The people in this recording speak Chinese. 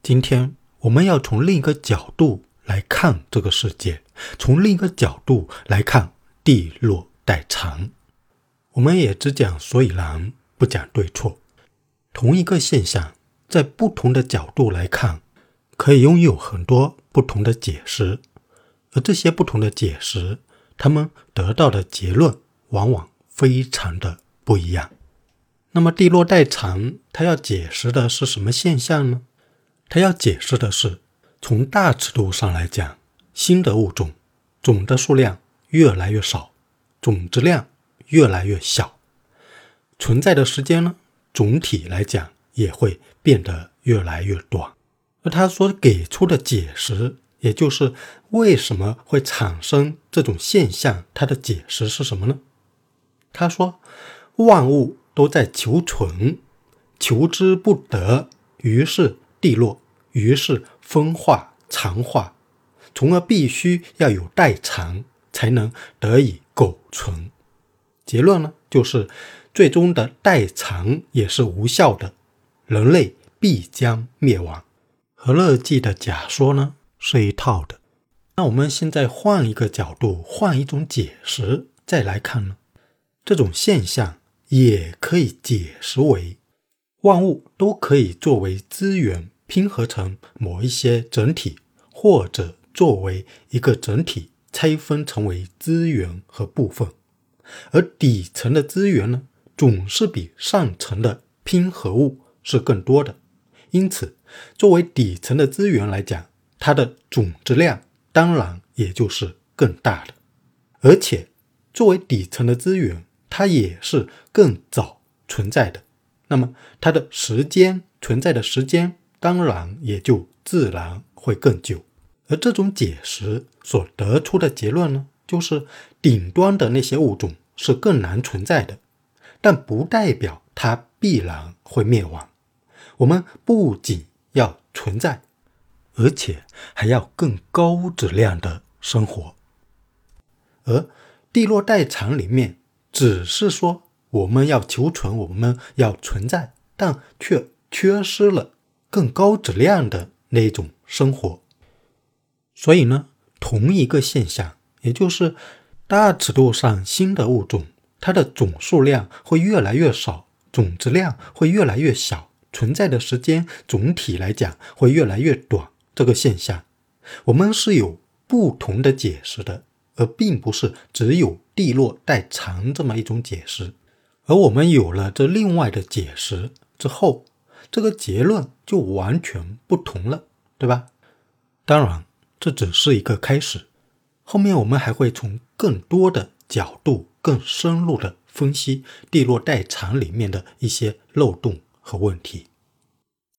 今天我们要从另一个角度来看这个世界，从另一个角度来看地落代偿。我们也只讲所以然，不讲对错。同一个现象，在不同的角度来看，可以拥有很多不同的解释，而这些不同的解释，他们得到的结论往往非常的不一样。那么地落代偿，它要解释的是什么现象呢？它要解释的是，从大尺度上来讲，新的物种总的数量越来越少，总质量越来越小，存在的时间呢，总体来讲也会变得越来越短。而他所给出的解释，也就是为什么会产生这种现象，它的解释是什么呢？他说，万物都在求存，求之不得，于是地落，于是分化残化，从而必须要有代偿才能得以苟存。结论呢，就是最终的代偿也是无效的，人类必将灭亡。和乐记的假说呢是一套的。那我们现在换一个角度，换一种解释再来看呢，这种现象也可以解释为万物都可以作为资源拼合成某一些整体，或者作为一个整体拆分成为资源和部分，而底层的资源呢，总是比上层的拼合物是更多的。因此作为底层的资源来讲，它的总质量当然也就是更大的，而且作为底层的资源，它也是更早存在的，那么它的存在的时间当然也就自然会更久。而这种解释所得出的结论呢，就是顶端的那些物种是更难存在的，但不代表它必然会灭亡。我们不仅要存在，而且还要更高质量的生活。而地落代偿里面只是说我们要求存，我们要存在，但却缺失了更高质量的那种生活。所以呢，同一个现象，也就是大尺度上新的物种，它的总数量会越来越少，总质量会越来越小，存在的时间总体来讲会越来越短，这个现象我们是有不同的解释的，而并不是只有地落代偿这么一种解释。而我们有了这另外的解释之后，这个结论就完全不同了，对吧？当然这只是一个开始，后面我们还会从更多的角度更深入的分析地落代偿里面的一些漏洞和问题。